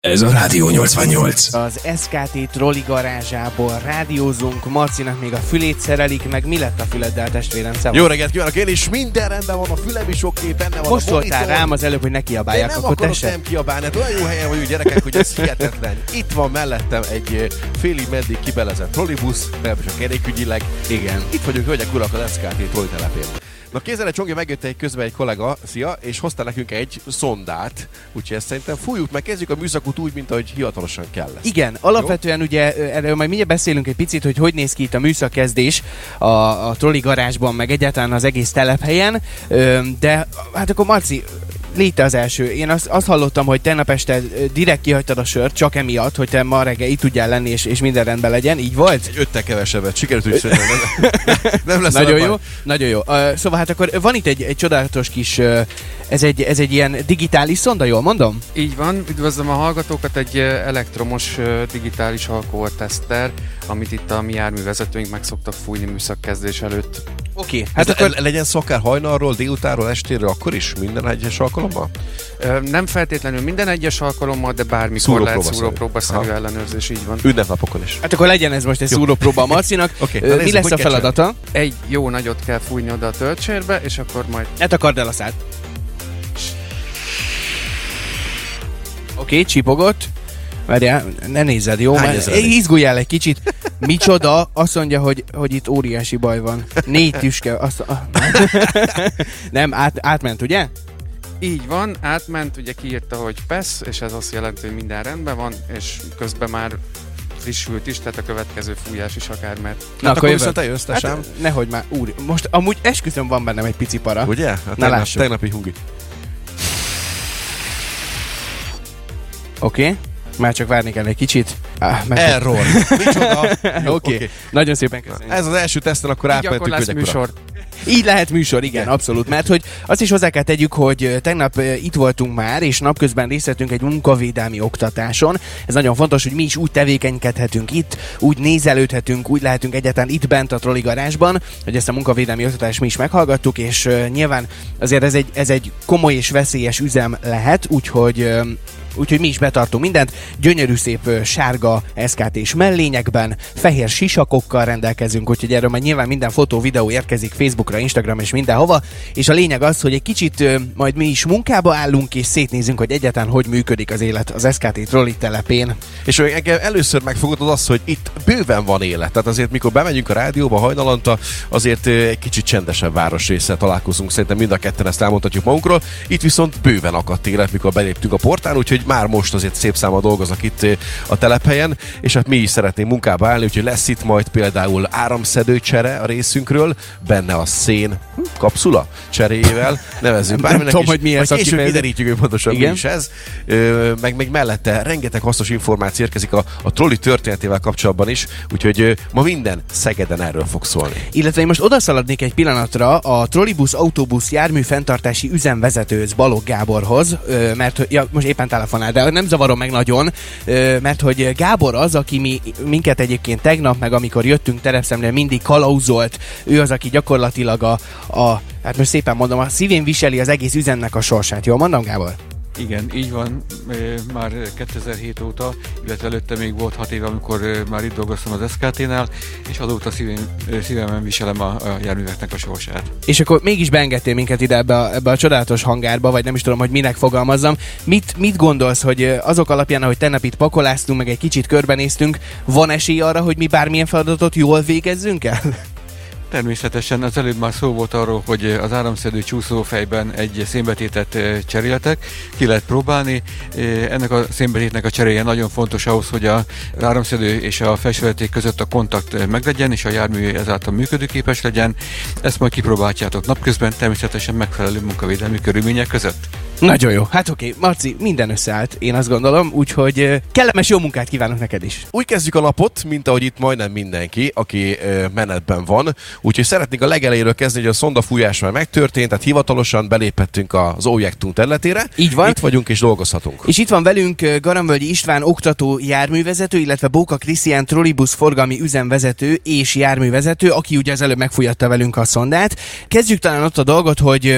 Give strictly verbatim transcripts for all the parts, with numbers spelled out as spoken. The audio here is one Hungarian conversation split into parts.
Ez a Rádió nyolcvannyolc. Az es ká té trolli garázsából rádiózunk, Marcinak még a fülét szerelik, meg mi lett a füleddel, testvérem? Szevasz. Jó reggelt kívánok, én is minden rendben van, a fülem is oké, benne van most a monitor. szóltál rám az előbb, hogy ne kiabálják, én nem akkor akarok tessék. nem kiabálni, hát olyan jó helyen vagyunk gyerekek, hogy ez hihetetlen. Itt van mellettem egy félig meddig kibelezett trollibusz, legalábbis a kerékügyileg. Igen. Itt vagyunk, hölgyek, urak, az es ká té trolli telepén. Na kézzel Csongi, megjött egy közben egy kollega, szia, és hozta nekünk egy szondát, úgyhogy ezt szerintem fújjuk meg, kezdjük a műszakot úgy, mint ahogy hivatalosan kell lesz. Igen, alapvetően jó? Ugye erről majd mindjárt beszélünk egy picit, hogy hogy néz ki itt a műszakkezdés a, a trolli garázsban, meg egyáltalán az egész telephelyen, de hát akkor Marci, légy te az első. Én azt, azt hallottam, hogy tegnap este direkt kihagytad a sört, csak emiatt, hogy te ma reggel itt tudjál lenni, és, és minden rendben legyen. Így volt? Egy öttel kevesebbet. Sikerült, hogy szerintem nem, nem lesz. Nagyon jó, nagyon jó. Uh, szóval hát akkor van itt egy, egy csodálatos kis, uh, ez, egy, ez egy ilyen digitális szonda, jól mondom? Így van, üdvözlöm a hallgatókat, egy elektromos uh, digitális alkoholteszter, amit itt a mi járművezetőink meg szoktak fújni műszakkezdés előtt. Oké, okay, hát akkor legyen szó akár hajnalról, délutánról, estéről, akkor is minden egyes alkalommal? Ö, nem feltétlenül minden egyes alkalommal, de bármikor lehet szúrópróbaszerű ellenőrzés, így van. Ünnepnapokon is. Hát akkor legyen ez most egy szúrópróba a Marcinak. Okay, Ö, mi lesz a feladata? Egy jó nagyot kell fújni oda a töltsérbe, és akkor majd... Ne takard el a szád. Oké, okay, csipogott. Várjál, ne nézzed, jó? Izguljál egy kicsit. Micsoda? Azt mondja, hogy, hogy itt óriási baj van. Négy tüske. Azt, ah, nem, át, átment, ugye? Így van, átment, ugye kiírta, hogy PESZ, és ez azt jelenti, hogy minden rendben van, és közben már frissült is, tehát a következő fújás is akár, mert... Na, hát akkor viszont te jössz, hát, nehogy már, úr, most amúgy esküszöm van bennem egy pici para. Ugye? Hát Na tegnap, tegnapi hungi. Oké. Okay. Már csak várni kell egy kicsit. Ah, Error. Micsoda? Oké. Okay. Okay. Nagyon szépen köszönjük. Ez az első teszten, akkor átmentünk, hogy műsor. Így lehet műsor, igen, igen, abszolút. Mert hogy azt is hozzá kell tegyük, hogy tegnap itt voltunk már, és napközben részt vettünk egy munkavédelmi oktatáson. Ez nagyon fontos, hogy mi is úgy tevékenykedhetünk itt, úgy nézelődhetünk, úgy lehetünk egyáltalán itt bent a trolli garázsban, hogy ezt a munkavédelmi oktatást mi is meghallgattuk, és uh, nyilván azért ez egy, ez egy komoly és veszélyes üzem lehet, úgyhogy uh, Úgyhogy mi is betartunk mindent. Gyönyörű szép sárga es ká té-s mellényekben, fehér sisakokkal rendelkezünk, úgyhogy erről majd nyilván minden fotó, videó érkezik Facebookra, Instagramra és mindenhova. És a lényeg az, hogy egy kicsit majd mi is munkába állunk, és szétnézünk, hogy egyáltalán hogy működik az élet az es ká té trolli telepén. És engem először megfogott az, hogy itt bőven van élet. Tehát azért, mikor bemegyünk a rádióba hajnalanta, azért egy kicsit csendesebb városrésszel találkozunk. Szerintem mind a ketten ezt elmondhatjuk magunkról. Itt viszont bőven akadt élet, mikor beléptünk a portán, úgyhogy már most azért szép számmal dolgoznak itt a telephelyen, és hát mi is szeretnénk munkába állni, úgyhogy lesz itt majd például áramszedő csere a részünkről, benne a szén kapszula cseréjével, nevezzük bárminek is. Tudom, hogy mi ez a kifejezés. Kiderítjük, hogy pontosan mi is ez. Ö, meg még mellette rengeteg hasznos információ érkezik a, a trolli történetével kapcsolatban is, úgyhogy ö, ma minden Szegeden erről fog szólni. Illetve én most odaszaladnék egy pillanatra a trollibusz autóbusz jármű fenntartási üzemvezetőhöz, Balogh Gáborhoz, ö, mert ja, most éppen telefonál, de nem zavarom meg nagyon, mert hogy Gábor az, aki mi, minket egyébként tegnap, meg amikor jöttünk terepszemlére, mindig kalauzolt, ő az, aki gyakorlatilag a, a, hát most szépen mondom, a szívén viseli az egész üzemnek a sorsát. Jól mondom, Gábor? Igen, így van, már kétezer-hét óta, illetve előtte még volt hat év, amikor már itt dolgoztam az es ká té-nál, és azóta szívén, szívemen viselem a, a járműveknek a sorsát. És akkor mégis beengedtél minket ide ebbe a, ebbe a csodálatos hangárba, vagy nem is tudom, hogy minek fogalmazzam. Mit, mit gondolsz, hogy azok alapján, ahogy tegnap itt pakoláztunk, meg egy kicsit körbenéztünk, van esély arra, hogy mi bármilyen feladatot jól végezzünk el? Természetesen az előbb már szó volt arról, hogy az áramszedő csúszófejben egy szénbetétet cseréltek, ki lehet próbálni. Ennek a szénbetétnek a cseréje nagyon fontos ahhoz, hogy az áramszedő és a felsővezeték között a kontakt meglegyen, és a jármű ezáltal működőképes legyen. Ezt majd kipróbáljátok napközben, természetesen megfelelő munkavédelmi körülmények között. Nagyon jó. Hát oké, Marci, minden összeállt, én azt gondolom, úgyhogy kellemes jó munkát kívánok neked is. Úgy kezdjük a napot, mint ahogy itt majdnem mindenki, aki menetben van. Úgyhogy szeretnék a legelejéről kezdeni, hogy a szondafújás már megtörtént, tehát hivatalosan beléphettünk az objektum területére. Így van. Itt vagyunk és dolgozhatunk. És itt van velünk Garamvölgyi István oktató járművezető, illetve Bóka Krisztián trollibusz forgalmi üzemvezető és járművezető, aki ugye az előbb megfújatta velünk a szondát. Kezdjük talán ott a dolgot, hogy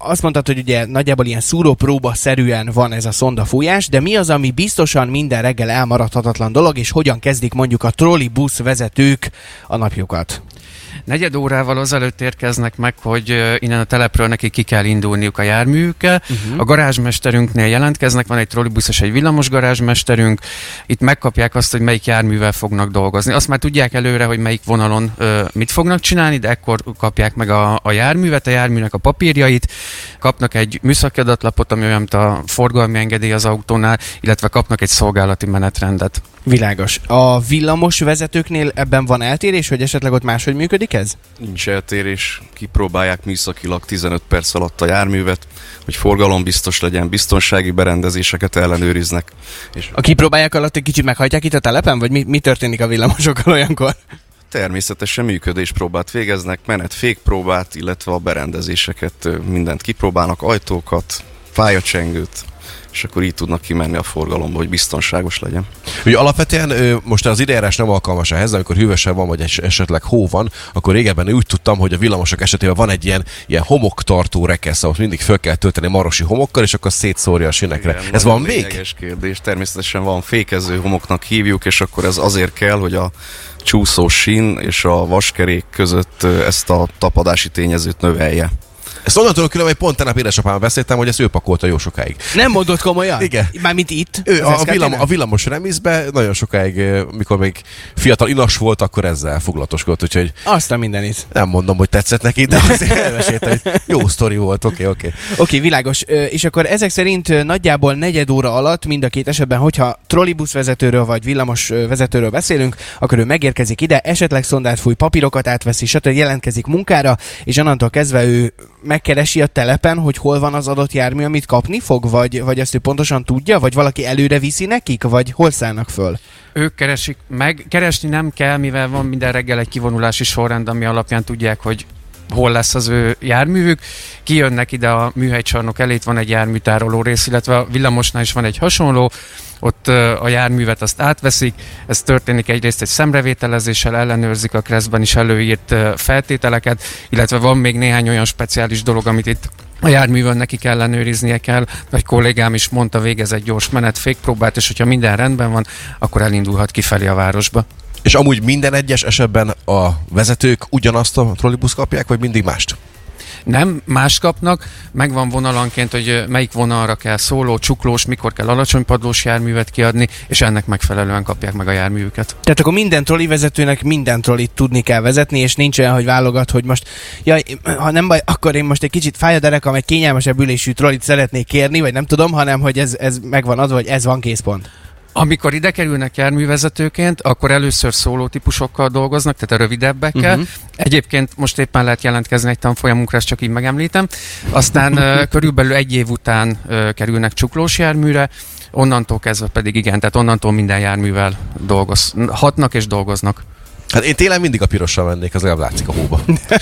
azt mondtad, hogy ugye nagyjából ilyen szúrópróba-szerűen van ez a szondafújás, de mi az, ami biztosan minden reggel elmaradhatatlan dolog, és hogyan kezdik mondjuk a trollibusz vezetők a napjukat? Negyed órával azelőtt érkeznek meg, hogy uh, innen a telepről nekik ki kell indulniuk a járműükkel. Uh-huh. A garázsmesterünknél jelentkeznek, van egy trollibusz és egy villamos garázsmesterünk. Itt megkapják azt, hogy melyik járművel fognak dolgozni. Azt már tudják előre, hogy melyik vonalon uh, mit fognak csinálni, de ekkor kapják meg a, a járművet, a járműnek a papírjait, kapnak egy műszaki adatlapot, ami olyan, mint a forgalmi engedély az autónál, illetve kapnak egy szolgálati menetrendet. Világos. A villamos vezetőknél ebben van eltérés, hogy esetleg ott máshogy működik ez? Nincs eltérés, kipróbálják műszakilag tizenöt perc alatt a járművet, hogy forgalombiztos legyen, biztonsági berendezéseket ellenőriznek. És a kipróbálják alatt egy kicsit meghajtják itt a telepen, vagy mi, mi történik a villamosokkal olyankor? természetesen működéspróbát végeznek, menet-fékpróbát, illetve a berendezéseket, mindent kipróbálnak, ajtókat, fájacsengőt, és akkor így tudnak kimenni a forgalomba, hogy biztonságos legyen. Ugye alapvetően most az időjárás nem alkalmas ehhez, amikor hűvösebb van, vagy esetleg hó van, akkor régebben úgy tudtam, hogy a villamosok esetében van egy ilyen, ilyen homoktartó rekesz, ahol mindig föl kell tölteni marosi homokkal, és akkor szétszórja a sinekre. Igen, ez van még? Lényeges kérdés. Természetesen van, fékező homoknak hívjuk, és akkor ez azért kell, hogy a csúszó sín és a vaskerék között ezt a tapadási tényezőt növelje. Ezt onnan tudom külön, hogy pont tegnap édesapámmal beszéltem, hogy ezt ő pakolta jó sokáig. Nem mondott komolyan? Igen. Mármint itt? Ő a, a, villam, a villamos remizbe nagyon sokáig, mikor még fiatal inas volt, akkor ezzel foglalatoskodott, úgyhogy... Azt a mindenit. Nem mondom, hogy tetszett neki, de azért elmesélte, hogy jó sztori volt, oké, okay, oké. Okay. Oké, okay, világos. És akkor ezek szerint nagyjából negyed óra alatt mind a két esetben, hogyha trollibusz vezetőről vagy villamos vezetőről beszélünk, akkor ő megérkezik ide, esetleg szondát fúj, papírokat átveszi, stb. Jelentkezik munkára, és onnantól kezdve ő megkeresi a telepen, hogy hol van az adott jármű, amit kapni fog, vagy, vagy ezt ő pontosan tudja, vagy valaki előre viszi nekik, vagy hol szállnak föl? Ők keresik meg, keresni nem kell, mivel van minden reggel egy kivonulási sorrend, ami alapján tudják, hogy hol lesz az ő járművük. Kijönnek ide a műhelycsarnok elé, van egy járműtároló rész, illetve a villamosnál is van egy hasonló, ott a járművet azt átveszik, ez történik egyrészt egy szemrevételezéssel, ellenőrzik a kreszben is előírt feltételeket, illetve van még néhány olyan speciális dolog, amit itt a járművön nekik ellenőriznie kell, vagy kollégám is mondta, végez egy gyors menet, fékpróbát, és hogyha minden rendben van, akkor elindulhat kifelé a városba. És amúgy minden egyes esetben a vezetők ugyanazt a trollibusz kapják, vagy mindig mást? Nem, más kapnak, megvan vonalanként, hogy melyik vonalra kell szóló, csuklós, mikor kell alacsony padlós járművet kiadni, és ennek megfelelően kapják meg a járművüket. Tehát akkor minden trolli vezetőnek minden trollit tudni kell vezetni, és nincs olyan, hogy válogat, hogy most, jaj, ha nem baj, akkor én most egy kicsit fáj a derekam, egy kényelmesebb ülésű trollit szeretnék kérni, vagy nem tudom, hanem hogy ez, ez megvan adva, hogy ez van, készpont. Amikor ide kerülnek járművezetőként, akkor először szóló típusokkal dolgoznak, tehát a rövidebbekkel. Uh-huh. Egyébként most éppen lehet jelentkezni egy tanfolyamunkra, ezt csak így megemlítem. Aztán uh, körülbelül egy év után uh, kerülnek csuklós járműre, onnantól kezdve pedig igen, tehát onnantól minden járművel dolgozhatnak és dolgoznak. Hát én télen mindig a pirossal mennék, az legalább látszik a hóba.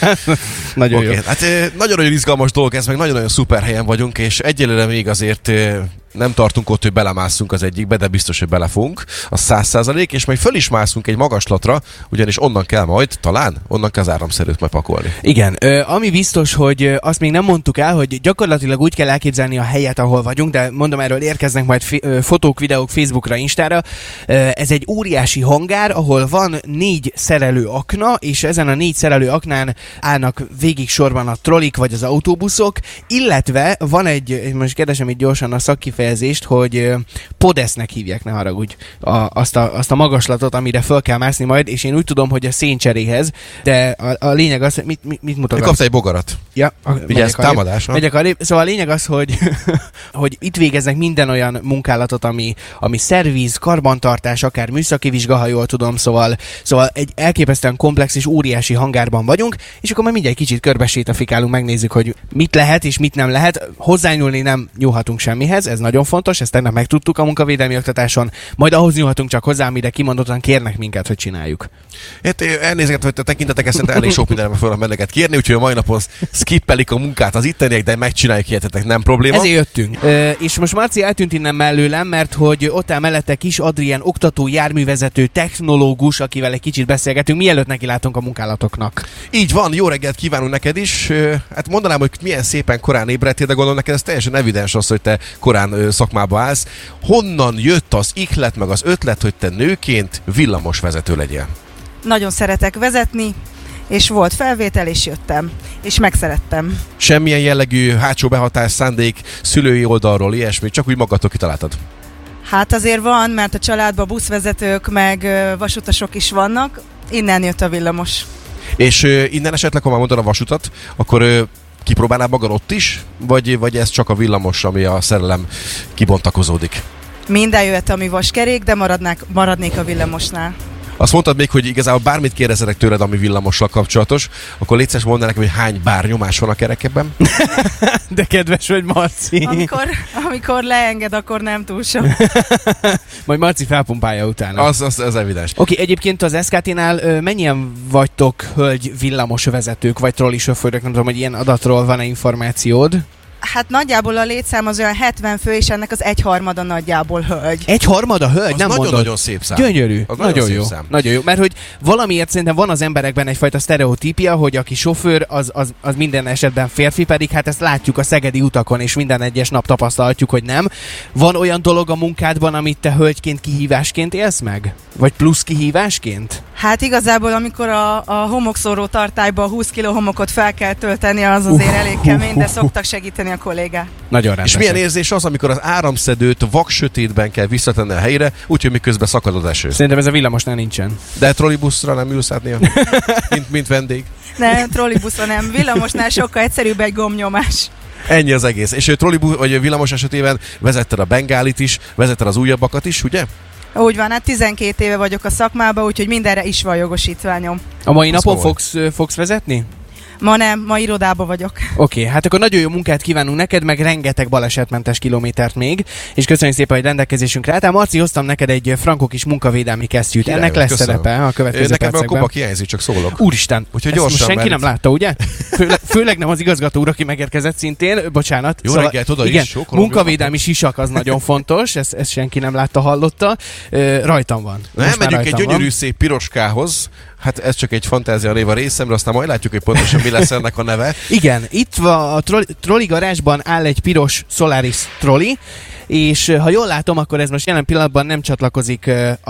Nagyon okay. Jó. Hát nagyon-nagyon izgalmas dolog ez, meg nagyon-nagyon szuper helyen vagyunk, és egyelőre még azért nem tartunk ott, hogy belemászunk az egyikbe, de biztos, hogy belefunk, az száz százalék, és majd föl is mászunk egy magaslatra, ugyanis onnan kell majd, talán, onnan kell az áramszerűt majd pakolni. Igen, ö, ami biztos, hogy azt még nem mondtuk el, hogy gyakorlatilag úgy kell elképzelni a helyet, ahol vagyunk, de mondom, erről érkeznek majd fi, ö, fotók, videók Facebookra, Instára. Ö, ez egy óriási hangár, ahol van négy szerelő akna, és ezen a négy szerelő aknán állnak végig sorban a trollik vagy az autóbuszok, illetve van egy, most keresem itt gyorsan a szakkifejezést, hogy podesznek hívják, ne haragudj, a, azt, a, azt a magaslatot, amire föl kell mászni majd, és én úgy tudom, hogy a széncseréhez, de a, a lényeg az, mit, mit, mit mutat? Kapsz egy bogarat. Ja, vigyázz, támadás. Megyek arrébb. Szóval a lényeg az, hogy, hogy itt végeznek minden olyan munkálatot, ami, ami szerviz, karbantartás, akár műszaki vizsga, ha jól tudom, szóval, szóval egy elképesztően komplex és óriási hangárban vagyunk, és akkor majd mindjárt kicsit körbesétafikálunk, megnézzük, hogy mit lehet és mit nem lehet. Hozzányúlni nem nyúlhatunk semmihez, ez nagyon nagyon fontos, ezt tegnap megtudtuk a munkavédelmi oktatáson, majd ahhoz nyúlhatunk csak hozzá, amire kimondottan kérnek minket, hogy csináljuk. Hát elnézést, hogy te tekintetek, ezt elég sok mindenre fognak benneket kérni, úgyhogy a mai napon skippelik a munkát az itteniek, de megcsináljuk ilyetetek, nem probléma. Ezért jöttünk. Ö, és most Marci eltűnt innen mellőlem, mert hogy ott áll mellette Kis Adrien, oktató, járművezető, technológus, akivel egy kicsit beszélgetünk, mielőtt neki látunk a munkálatoknak. Így van, jó reggelt kívánunk neked is. Hát mondanám, hogy milyen szépen korán ébredtél, de gondolom neked ez teljesen evidens az, hogy te korán szakmába állsz. Honnan jött az ihlet, meg az ötlet, hogy te nőként villamosvezető legyél? Nagyon szeretek vezetni, és volt felvétel, és jöttem. És megszerettem. Semmilyen jellegű hátsó behatás, szándék, szülői oldalról, ilyesmi, csak úgy magatok kitaláltad? Hát azért van, mert a családban buszvezetők, meg vasutasok is vannak. Innen jött a villamos. És uh, innen esetleg, ha már mondod a vasutat, akkor uh, kipróbálnál magad ott is? Vagy, vagy ez csak a villamos, ami a szerelem kibontakozódik? Minden jöhet, ami vaskerék, de maradnák, maradnék a villamosnál. Azt mondtad még, hogy igazából bármit kérdezzenek tőled, ami villamossal kapcsolatos, akkor légy szíves, mondd nekem, hogy hány bár nyomás van a kerekeben? De kedves vagy, Marci. Amikor, amikor leenged, akkor nem túl sok. Majd Marci felpumpálja utána. Az, az, az evidens. Oké, okay, egyébként az es ká té-nál ö, mennyien vagytok hölgy villamos vezetők, vagy trollisofőrök, nem tudom, hogy ilyen adatról van-e információd? Hát nagyjából a létszám az olyan hetven fő, és ennek az egyharmada nagyjából hölgy. Egy harmada hölgy? Az nem nagyon, mondod? nagyon szép szám. Gyönyörű. Az nagyon, nagyon jó. szép szám. Nagyon jó. Mert hogy valamiért szerintem van az emberekben egyfajta sztereotípia, hogy aki sofőr, az, az, az minden esetben férfi, pedig hát ezt látjuk a szegedi utakon, és minden egyes nap tapasztalhatjuk, hogy nem. Van olyan dolog a munkádban, amit te hölgyként kihívásként élsz meg? Vagy plusz kihívásként? Hát igazából, amikor a, a homokszóró tartályba húsz kiló homokot fel kell tölteni, az azért uh, elég kemény, de szoktak segíteni a kollégák. Nagyon rendesen. És milyen érzés az, amikor az áramszedőt vaksötétben kell visszatenni a helyére, úgyhogy miközben szakad az eső? Szerintem ez a villamosnál nincsen. De trollibuszra nem ülsz át néha? mint, mint vendég? Nem, trollibuszon nem. Villamosnál sokkal egyszerűbb egy gombnyomás. Ennyi az egész. És trollibusz vagy villamos esetében vezetted a bengálit is, vezetted az újabbakat is, ugye? Úgy van, hát tizenkét éve vagyok a szakmában, úgyhogy mindenre is van jogosítványom. A mai Az napon hol? fogsz, fogsz vezetni? Ma nem, ma irodában vagyok. Oké, okay, hát akkor nagyon jó munkát kívánunk neked, meg rengeteg balesetmentes kilométert még, és köszönjük szépen, hogy rendelkezésünkre álltál. Marci, hoztam neked egy frankó kis munkavédelmi kesztyűt. Király, Ennek lesz köszönöm. szerepe a következő Nekem a percekben. koba hiányzik, csak szólok. Úristen, Úgyhogy ezt most gyorsan, senki mert- nem látta, ugye? Főle, főleg nem az igazgató úr, aki megérkezett szintén. Bocsánat. Jó reggelt, oda igen, is, sokolom, munkavédelmi sisak az nagyon fontos, ezt, ezt senki nem látta, hallotta. Ö, rajtam van. Na, Most már elmegyünk egy rajtam gyönyörű van. szép piroskához. Hát ez csak egy fantázia név a részemről, aztán majd látjuk, hogy pontosan mi lesz ennek a neve. Igen, itt van a trolli, trolli garázsban áll egy piros Solaris trolli, és ha jól látom, akkor ez most jelen pillanatban nem csatlakozik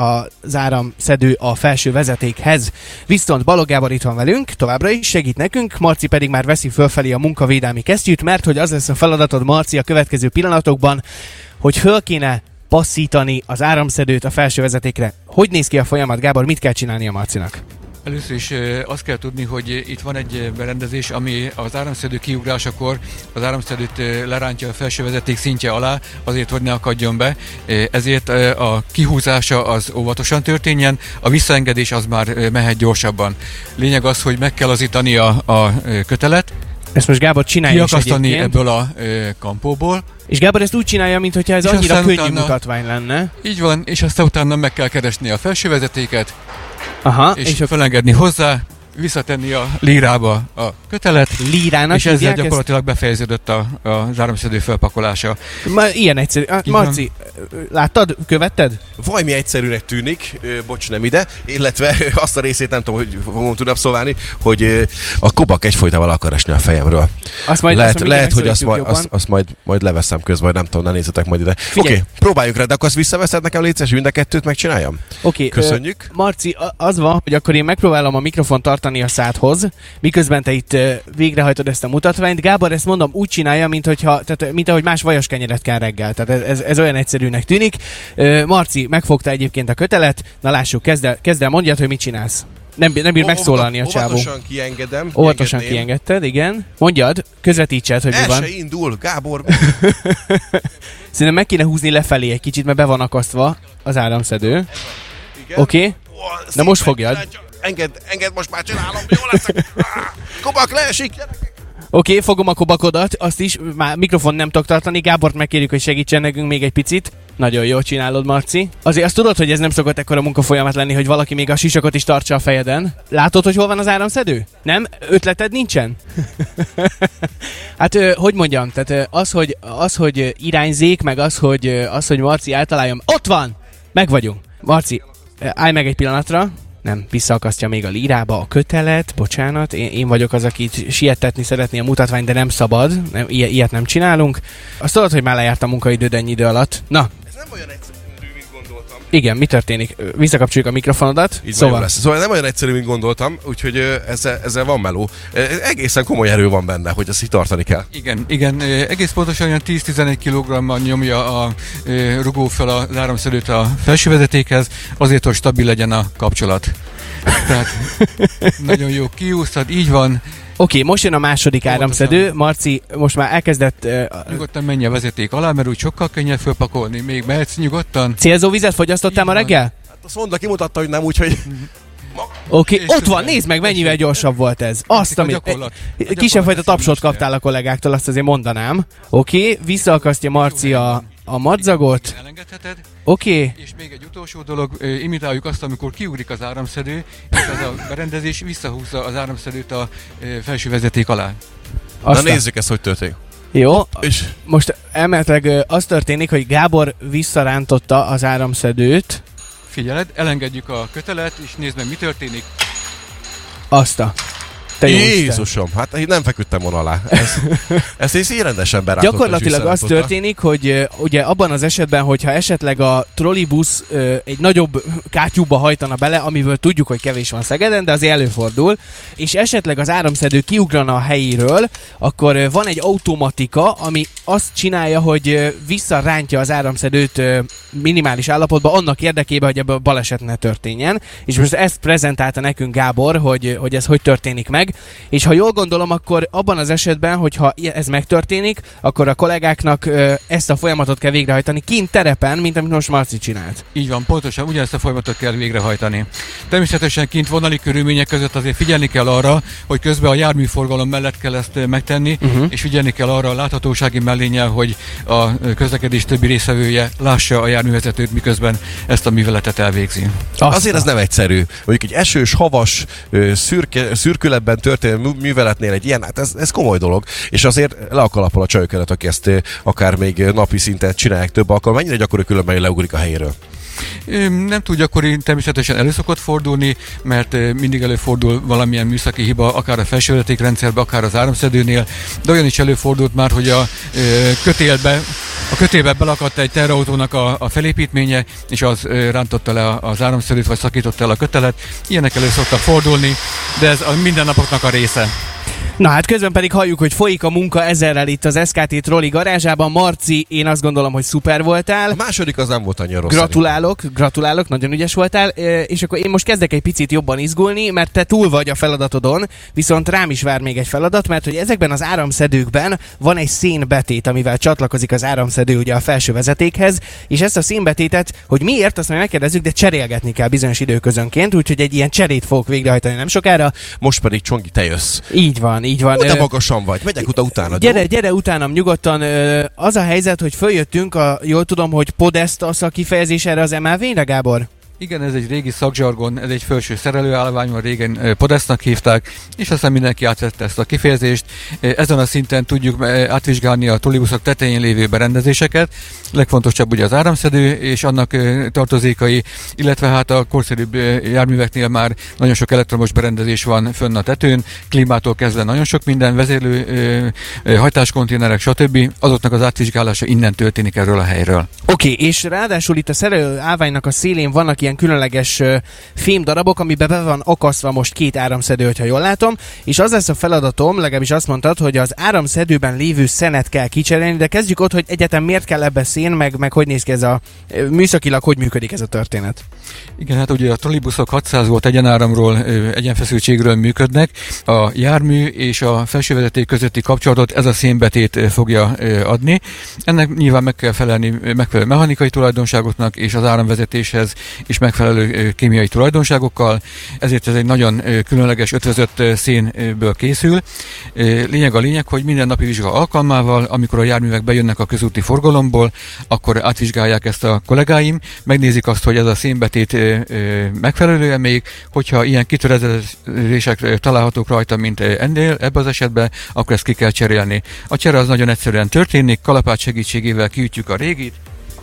az áramszedő a felső vezetékhez. Viszont Balogh Gábor itt van velünk, továbbra is segít nekünk, Marci pedig már veszi fölfelé a munkavédelmi kesztyűt, mert hogy az lesz a feladatod, Marci, a következő pillanatokban, hogy föl kéne passzítani az áramszedőt a felső vezetékre. Hogy néz ki a folyamat, Gábor, mit kell csinálni a Marcinak? Először is eh, azt kell tudni, hogy itt van egy eh, berendezés, ami az áramszedő kiugrásakor az áramszedőt eh, lerántja a felső vezeték szintje alá, azért, hogy ne akadjon be. Eh, ezért eh, a kihúzása az óvatosan történjen, a visszaengedés az már eh, mehet gyorsabban. Lényeg az, hogy meg kell lazítani a, a eh, kötelet, Ezt most Gábor csinálja is kiakasztani egyébként. ebből a eh, kampóból. És Gábor ezt úgy csinálja, mintha ez És annyira aztán könnyű utána- mutatvány lenne. Így van, és aztán utána meg kell keresni a felső vezetéket, Aha, és, és, és felengedni hozzá, visszatenni a lírába a kötelet, lírának és ezzel hívják ezt? gyakorlatilag befejeződött a, az áramszedő felpakolása. Ma, ilyen egyszerű. Ah, Így van. Marci, láttad? Követted? Valami egyszerűnek tűnik, ö, bocs, nem ide, illetve azt a részét nem tudom, hogy fogom tudni abszolválni, hogy ö, a kobak egyfolytával akar esni a fejemről. Azt majd, lehet, azt lehet hogy azt, majd, jobban. azt, azt majd, majd leveszem közben, vagy nem tudom, ne nézzetek majd ide. Oké, Figyelj. okay, próbáljuk rá, de akkor azt visszaveszed nekem, légy szíves, mind a kettőt megcsináljam? Oké, Köszönjük. Ö, Marci, a- az van, hogy akkor én megpróbálom a mikrofon tartani a szádhoz, miközben te itt ö, végrehajtod ezt a mutatványt. Gábor ezt mondom úgy csinálja, mint, hogyha, tehát, mint ahogy más vajas kenyeret kell reggel. Tehát ez, ez, ez olyan egyszerűnek tűnik. Ö, Marci megfogta egyébként a kötelet. Na lássuk, kezd el, kezd el mondjad, hogy mit csinálsz. Nem, nem bír megszólalni a csávó. Óvatosan kiengedem. Óvatosan kiengedném. kiengedted, igen. Mondjad, közvetítsed, hogy mi El van. se indul, Gábor. Szerintem meg kéne húzni lefelé egy kicsit, mert be van akasztva az áramszedő. Igen. Oké? Okay. Ó, Na most szépen, fogjad. Engedd, engedd, most már csinálom, jó lesz. Kobak leesik. okay, fogom a kobakodat, azt is, már mikrofon nem tudok tartani, Gábort megkérjük, hogy segítsen nekünk még egy picit. Nagyon jól csinálod, Marci. Azért azt tudod, hogy ez nem szokott ekkora munkafolyamat lenni, hogy valaki még a sisakot is tartsa a fejeden. Látod, hogy hol van az áramszedő? Nem? Ötleted nincsen? Hát, hogy mondjam, tehát az, hogy, az, hogy irányzék, meg az, hogy, az, hogy Marci eltaláljon. Ott van! Meg vagyunk. Marci, állj meg egy pillanatra. Nem, visszaakasztja még a lírába a kötelet, bocsánat, én, én vagyok az, akit sietetni szeretné a mutatvány, de nem szabad, nem, i- ilyet nem csinálunk. Azt tudod, hogy már lejárt a munkaidőd ennyi idő alatt. Na. Ez nem olyan egyszerű, mint gondoltam. Igen, mi történik? Visszakapcsoljuk a mikrofonodat. Így szóval. lesz. Szóval nem olyan egyszerű, mint gondoltam, úgyhogy ezzel, ezzel van meló. Egészen komoly erő van benne, hogy ezt így tartani kell. Igen, igen, egész pontosan olyan tíz-tizenegy kilogrammal nyomja a rugó fel az áramszedőt a felső vezetékhez, azért, hogy stabil legyen a kapcsolat. Tehát nagyon jó, kiúsztad, így van. Oké, okay, most jön a második Pontosan. áramszedő. Marci most már elkezdett... Uh, Nyugodtan menj a vezeték alá, mert úgy sokkal könnyebb fölpakolni. Még mehetsz nyugodtan. Célzóvizet fogyasztottál ma reggel? Hát azt mondta, kimutatta, hogy nem, úgyhogy... Oké, okay, És ott van, közben- nézd meg, mennyivel gyorsabb volt ez. Azt, a amit... gyakorlat. A Kisebb gyakorlat fajta ezt tapsot nem is kaptál a kollégáktól, azt azért mondanám. Oké, okay, visszaakasztja Marci a, a madzagot. Elengedheted. Oké. Okay. És még egy utolsó dolog, ö, imitáljuk azt, amikor kiugrik az áramszedő, és ez a berendezés visszahúzza az áramszedőt a ö, felső vezeték alá. Na nézzük ezt, hogy történik. Jó, És most elméletileg ö, az történik, hogy Gábor visszarántotta az áramszedőt. Figyeled, elengedjük a kötelet, és nézd meg, mi történik. Azt a... Te jó Isten. Jézusom, hát én nem feküdtem volna alá. Ez, ezt én színrendesen berántotta. Gyakorlatilag az történik, hogy uh, ugye abban az esetben, hogyha esetleg a trollibusz uh, egy nagyobb kátyúba hajtana bele, amiből tudjuk, hogy kevés van Szegeden, de azért előfordul, és esetleg az áramszedő kiugrana a helyéről, akkor uh, van egy automatika, ami azt csinálja, hogy uh, visszarántja az áramszedőt uh, minimális állapotba annak érdekében, hogy ebből baleset ne történjen. És most ezt prezentálta nekünk Gábor, hogy, hogy ez hogy történik meg. És ha jól gondolom, akkor abban az esetben, hogyha ez megtörténik, akkor a kollégáknak ö, ezt a folyamatot kell végrehajtani kint terepen, mint amit most Marci csinált. Így van, pontosan ugyanezt a folyamatot kell végrehajtani. Természetesen kint vonali körülmények között azért figyelni kell arra, hogy közben a járműforgalom mellett kell ezt megtenni, uh-huh. és figyelni kell arra a láthatósági mellénnyel, hogy a közlekedés többi részvevője lássa a járművezetőt, miközben ezt a műveletet elvégzi. Azt Azért ez nem egyszerű. Mondjuk egy esős, havas, szürke, szürkületben történő műveletnél egy ilyen, hát ez, ez komoly dolog. És azért le a kalappal a csajok előtt, aki ezt akár még napi szinten csinálják több alkalommal. Mennyire gyakori különben, hogy leugrik a helyéről? Nem túl gyakori, természetesen elő szokott fordulni, mert mindig előfordul valamilyen műszaki hiba, akár a felsővezetékrendszerben, akár az áramszedőnél, de olyan is előfordult már, hogy a kötélbe, a kötélbe belakadt egy terrautónak a, a felépítménye, és az rántotta le az áramszedőt, vagy szakította el a kötelet. Ilyenek elő szoktak fordulni, de ez a mindennapoknak a része. Na hát közben pedig halljuk, hogy folyik a munka ezerrel itt az es ká té Trolli garázsában. Marci, én azt gondolom, hogy szuper voltál. A második az nem volt annyira rossz. Gratulálok, szerintem. gratulálok, nagyon ügyes voltál, és akkor én most kezdek egy picit jobban izgulni, mert te túl vagy a feladatodon, viszont rám is vár még egy feladat, mert hogy ezekben az áramszedőkben van egy szénbetét, amivel csatlakozik az áramszedő ugye a felső vezetékhez, és ezt a szénbetétet, hogy miért, azt majd megkérdezzük, de cserélgetni kell bizonyos időközönként, úgyhogy egy ilyen cserét fogok végrehajtani nem sokára. Most pedig Csongi, te jössz. Így van, így van. Ó, de magasan vagy, megyek utána utána. Gyere, gyere utánam nyugodtan. Az a helyzet, hogy följöttünk, a, jól tudom, hogy Podest az a kifejezés erre az em el vé-re, Gábor? Igen, ez egy régi szakzsargon, ez egy felső szerelőállvány, van régen Podestnak hívták, és aztán mindenki átvette ezt a kifejezést. Ezen a szinten tudjuk átvizsgálni a trollibuszok tetején lévő berendezéseket, legfontosabb ugye az áramszedő és annak tartozékai, illetve hát a korszerűbb járműveknél már nagyon sok elektromos berendezés van fönn a tetőn, klímától kezdve nagyon sok minden, vezérlő, hajtáskonténerek, stb. Azoknak az átvizsgálása innen történik erről a helyről. Oké, okay, és ráadásul itt a szerelőállványnak a szélén vannak ilyen különleges uh, fémdarabok, amiben be van akasztva most két áramszedő, hogyha jól látom, és az lesz a feladatom, legalábbis azt mondtad, hogy az áramszedőben lévő szenet kell kicserélni, de kezdjük ott, hogy egyetem miért kell ebbe szén, meg, meg hogy néz ki ez a műszakilag, hogy működik ez a történet. Igen, hát ugye a trollibuszok hatszáz volt egyenáramról, egyenfeszültségről működnek. A jármű és a felsővezeték közötti kapcsolatot ez a szénbetét fogja adni. Ennek nyilván meg kell felelni megfelelő mechanikai tulajdonságoknak és az áramvezetéshez és megfelelő kémiai tulajdonságokkal, ezért ez egy nagyon különleges ötvözött szénből készül. Lényeg a lényeg, hogy minden napi vizsga alkalmával, amikor a járművek bejönnek a közúti forgalomból, akkor átvizsgálják ezt a kollégáim, megnézik azt, hogy ez a szénbetét megfelelő még, hogyha ilyen kitöredezések találhatók rajta, mint ennél, ebben az esetben, akkor ezt ki kell cserélni. A csere az nagyon egyszerűen történik, kalapács segítségével kiütjük a régit,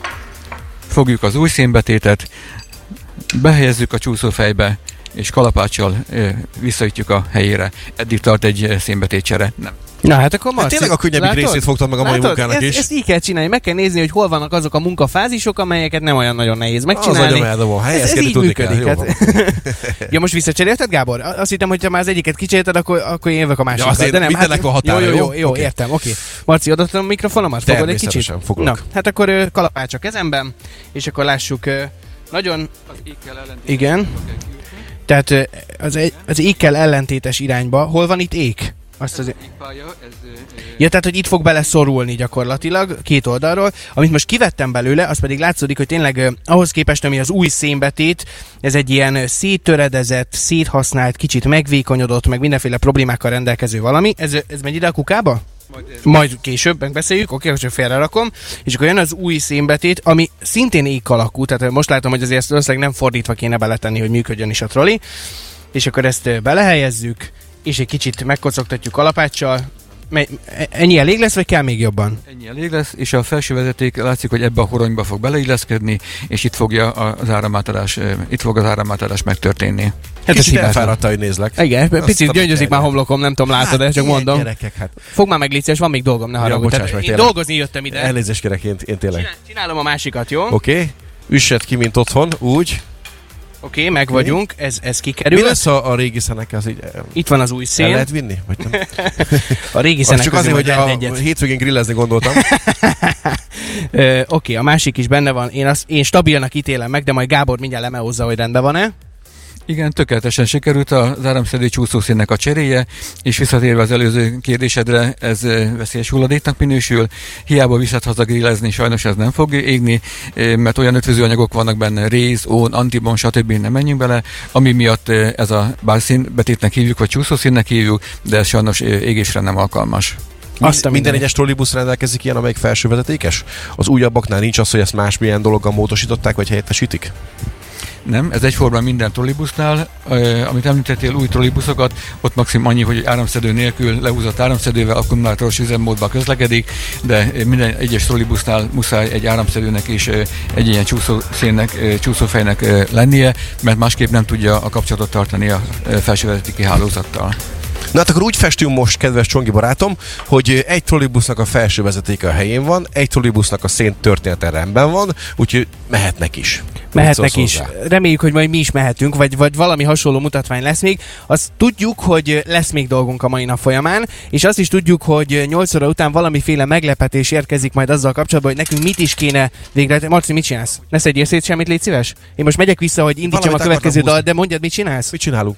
fogjuk az új szénbetétet, behelyezzük a csúszófejbe, és kalapáccsal e, visszaütjük a helyére. Eddig tart egy szénbetétcsere. Nem. Na hát akkor Marci, hát tényleg a könnyebbik részét fogtad meg a mai munkának ezt, is. Ezt így kell csinálni, meg kell nézni, hogy hol vannak azok a munkafázisok, amelyeket nem olyan nagyon nehéz megcsinálni. Az agyom ez, ez így tudni működik. kell. Hát. Ja, most visszacserélted, Gábor? Azt hittem, hogy ha már az egyiket kicserélted, akkor, akkor én jövök a másikra. Ja, de nem, mindennek hát, a határa, jó? Jó, jó, jó, jó okay. Értem, oké. Okay. Marci, odaadtam a mikrofonomat? Fogod egy kicsit? Foglak. Na, hát akkor kalapács a kezemben, és akkor lássuk, nagyon... Igen. Tehát az, egy, az ékkel ellentétes irányba. Hol van itt ék? Azt az... Ja, tehát, hogy itt fog beleszorulni gyakorlatilag két oldalról. Amit most kivettem belőle, az pedig látszódik, hogy tényleg eh, ahhoz képest, ami az új szénbetét, ez egy ilyen széttöredezett, széthasznált, kicsit megvékonyodott, meg mindenféle problémákkal rendelkező valami. Ez, ez megy ide a kukába? Majd, Majd később megbeszéljük, oké, hogy félrerakom, és akkor jön az új szénbetét, ami szintén ék alakú, tehát most látom, hogy azért valószínűleg nem fordítva kéne beletenni, hogy működjön is a troli, és akkor ezt belehelyezzük, és egy kicsit megkocogtatjuk kalapáccsal. Ennyi elég lesz, vagy kell még jobban? Ennyi elég lesz, és a felső vezeték látszik, hogy ebbe a horonyba fog beleilleszkedni, és itt fogja az áramátadás, itt fog az áramátadás megtörténni. Hát kicsit elfáradta, hogy nézlek. Igen, azt picit gyöngyözik már homlokom, nem tudom, látod, hát, csak mondom. Gyerekek, hát. Fog már meg légy szíves, van még dolgom, ne haragudj. Ja, én dolgozni jöttem ide. Elnézést kérek, én, én tényleg. Csinál, csinálom a másikat, jó? Oké, okay. Üssed ki, mint otthon, úgy. Oké, okay, meg vagyunk, ez, ez kikerül. Mi lesz a, a régi szenek? Az így, itt van az új szén. El lehet vinni? Vagy nem? A régi szenek csak azért, hogy a egyet. Hétvégén grillezni gondoltam. Oké, okay, a másik is benne van. Én, azt, én stabilnak ítélem meg, de majd Gábor mindjárt lemehozza, hogy rendben van-e. Igen, tökéletesen sikerült az áramszedő csúszószénnek a cseréje, és visszatérve az előző kérdésedre, ez veszélyes hulladéknak minősül. Hiába viszed haza grillezni, sajnos ez nem fog égni, mert olyan ötvözőanyagok vannak benne, réz, ón, antibon, stb. Nem menjünk bele, ami miatt ez a bár színbetétnek hívjuk, vagy csúszószínnek hívjuk, de ez sajnos égésre nem alkalmas. Azt minden, minden egyes trollibusz rendelkezik ilyen, amelyik felsővezetékes? Az újabbaknál nincs az, hogy ezt másmilyen dologgal módosították, vagy helyettesítik? Nem, ez egyformán minden trollibusznál, eh, amit említettél, új trollibuszokat, ott maximum annyi, hogy áramszedő nélkül lehúzott áramszedővel akkumulátoros üzemmódba közlekedik, de minden egyes trollibusznál muszáj egy áramszedőnek és eh, egy ilyen csúszószénnek, eh, csúszófejnek eh, lennie, mert másképp nem tudja a kapcsolatot tartani a eh, felsővezetéki hálózattal. Na hát akkor úgy festünk most, kedves Csongi barátom, hogy egy trollibusznak a felső vezetéke a helyén van, egy trollibusznak a szén története rendben van, úgyhogy mehetnek is. Mehetnek is. Hozzá. Reméljük, hogy majd mi is mehetünk, vagy, vagy valami hasonló mutatvány lesz még. Azt tudjuk, hogy lesz még dolgunk a mai nap folyamán, és azt is tudjuk, hogy nyolc óra után valamiféle meglepetés érkezik majd azzal kapcsolatban, hogy nekünk mit is kéne végre. Marci, mit csinálsz? Ne szedjél szét semmit, légy szíves? Én most megyek vissza, hogy indítsam valamit a következő dal, de mondjad, mit csinálsz? Mit csinálunk?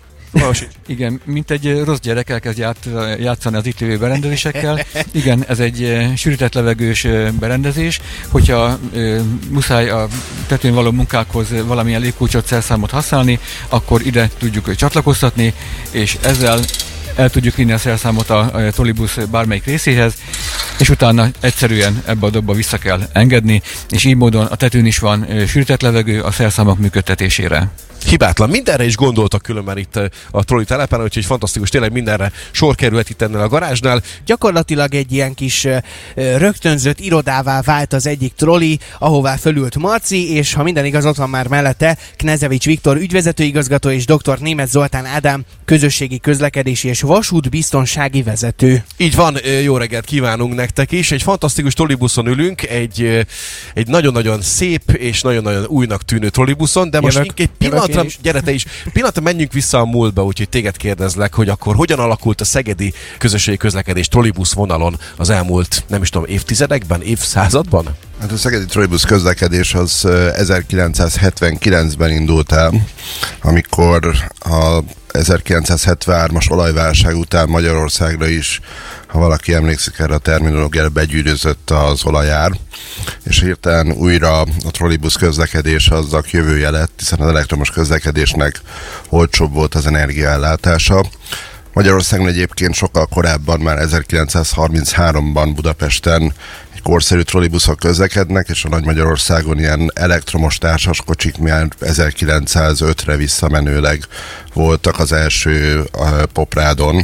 Igen, mint egy rossz gyerek elkezd ját, játszani az itt lévő berendezésekkel. Igen, ez egy sűrített levegős berendezés. Hogyha e, muszáj a tetőn való munkákhoz valamilyen légkulcsot, szerszámot használni, akkor ide tudjuk csatlakoztatni, és ezzel el tudjuk vinni a szerszámot a, a trollibusz bármelyik részéhez, és utána egyszerűen ebbe a dobba vissza kell engedni, és így módon a tetőn is van sűrített levegő a szerszámok működtetésére. Hibátlan. Mindenre is gondoltak különben itt a trolli telepen, úgyhogy fantasztikus, tényleg mindenre sor kerülhet itt ennél a garázsnál. Gyakorlatilag egy ilyen kis rögtönzött irodává vált az egyik trolli, ahová fölült Marci, és ha minden igaz, ott van már mellette Knezevics Viktor ügyvezetőigazgató és dr. Németh Zoltán Ádám közösségi közlekedési és vasútbiztonsági vezető. Így van, jó reggelt kívánunk nektek is. Egy fantasztikus trollibuszon ülünk, egy, egy nagyon-nagyon szép és nagyon-nagyon újnak tűnő trollibuszon, de most jövök, egy pillanatra, gyere te is, pillanatra menjünk vissza a múltba, úgyhogy téged kérdezlek, hogy akkor hogyan alakult a szegedi közösségi közlekedés trollibusz vonalon az elmúlt, nem is tudom, évtizedekben, évszázadban? Hát a szegedi trollibusz közlekedés az ezerkilencszázhetvenkilencben indult el, amikor a ezerkilencszázhetvenhármas olajválság után Magyarországra is, ha valaki emlékszik erre a terminológiára, begyűrűzött az olajár, és hirtelen újra a trollibusz közlekedés aznak jövője lett, hiszen az elektromos közlekedésnek olcsóbb volt az energiaellátása. Magyarországon egyébként sokkal korábban, már ezerkilencszázharminchárom-ban Budapesten egy korszerű trollibuszok közlekednek, és a Nagy Magyarországon ilyen elektromos társaskocsik már ezerkilencszázötre visszamenőleg voltak az első Poprádon.